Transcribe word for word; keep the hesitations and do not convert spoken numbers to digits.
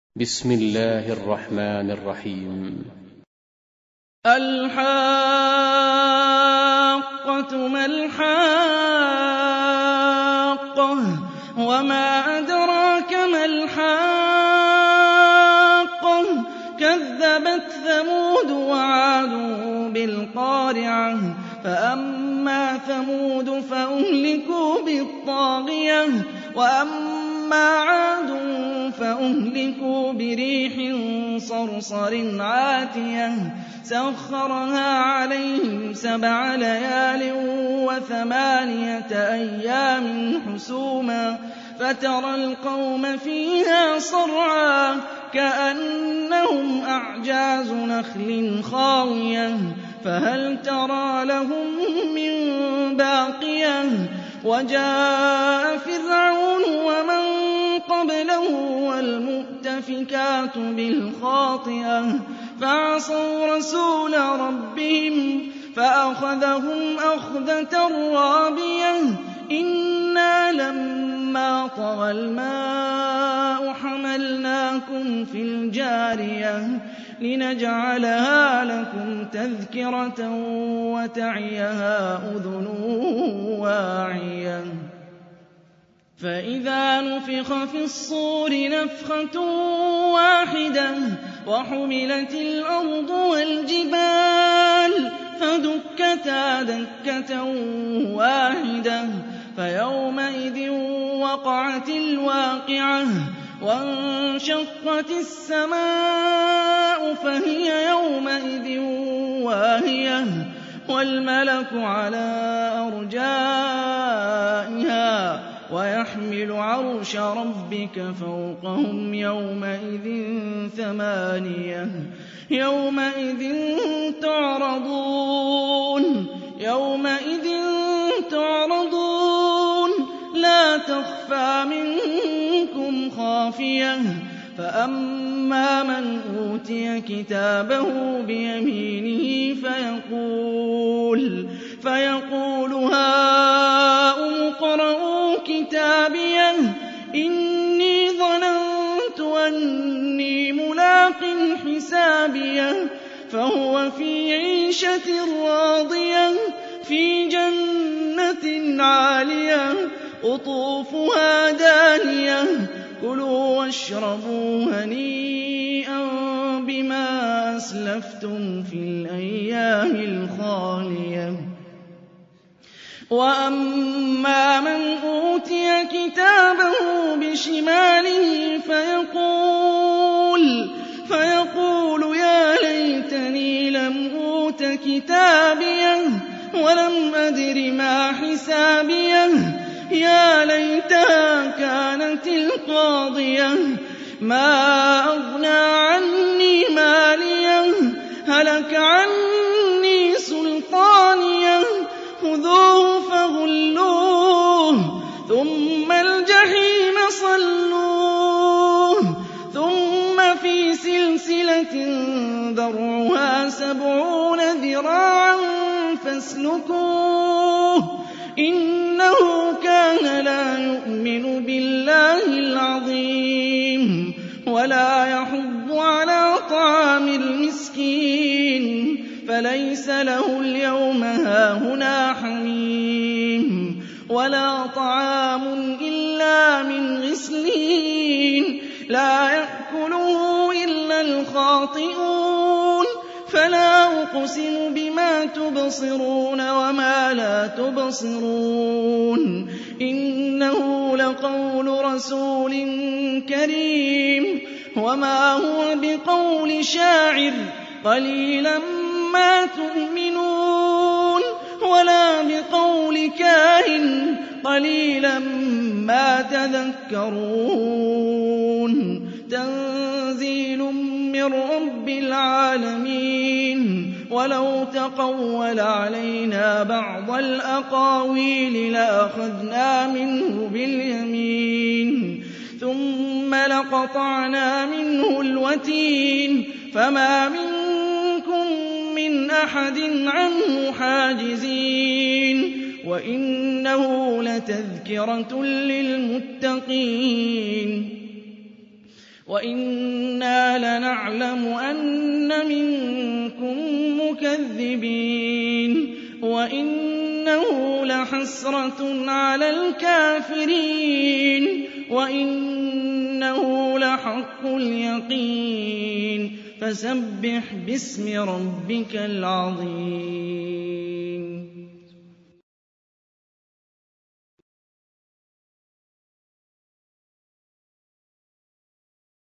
بسم الله الرحمن الرحيم. الحاقة ما الحاقة وما أدراك ما الحاقة كذبت ثمود وعاد بالقارعة فأما ثمود فأهلكوا بالطاغية وأما عاد فأهلكوا بريح صرصر عاتية سخرها عليهم سبع ليال وثمانية أيام حسوما فترى القوم فيها صرعى كأنهم أعجاز نخل خاوية فهل ترى لهم من باقية وجاء فرعون ومن قبله والمؤتفكات بالخاطئة فعصوا رسول ربهم فأخذهم أخذة رابية إنا لما طغى الماء حملناكم في الجارية لنجعلها لكم تذكرة وتعيها أذن واعية فإذا نفخ في الصور نفخة واحدة وحملت الأرض والجبال فدكتا دكة واحدة فيومئذ وقعت الواقعة وانشقت السماء فهي يومئذ واهية والملك على أرجائها ويحمل عرش ربك فوقهم يومئذ ثمانية يومئذ تعرضون يومئذ تعرضون لا تخفى منكم خافية فأما من أوتي كتابه بيمينه فيقول فيقول هاؤم اقرءوا كتابيه إني ظننت أني ملاق حسابيه فهو في عيشة راضية في جنة عالية قطوفها دانية كلوا واشربوا هنيئا بما أسلفتم في الأيام الخالية وأما من أوتي كتابه بشماله فيقول فيقول يا ليتني لم أوت كتابيه ولم أدر ما حسابيه يا ليتها كانت القاضية ما أغنى عني ماليه هلك عني سلطانيه خذوه فغلوه ثم الجحيم صلوه ثم في سلسلة ذرعها سبعون ذراعا فاسلكوه إنه كان لا يؤمن بالله العظيم ولا يحض على طعام المسكين فليس له اليوم هاهنا حميم ولا طعام إلا من غسلين لا يأكله إلا الخاطئون فلا أقسم بما تبصرون وما لا تبصرون إنه لقول رسول كريم وما هو بقول شاعر قليلا ما تؤمنون ولا بقول كاهن قليلا ما تذكرون تنزيل من رب العالمين ولو تقول علينا بعض الأقاويل لأخذنا منه باليمين ثم لقطعنا منه الوتين فما منكم من أحد عنه حاجزين وإنه لتذكرة للمتقين وَإِنَّا لَنَعْلَمُ أَنَّ مِنكُم مُّكَذِّبِينَ وَإِنَّهُ لَحَسْرَةٌ عَلَى الْكَافِرِينَ وَإِنَّهُ لَحَقُّ الْيَقِينِ فَسَبِّحْ بِاسْمِ رَبِّكَ الْعَظِيمِ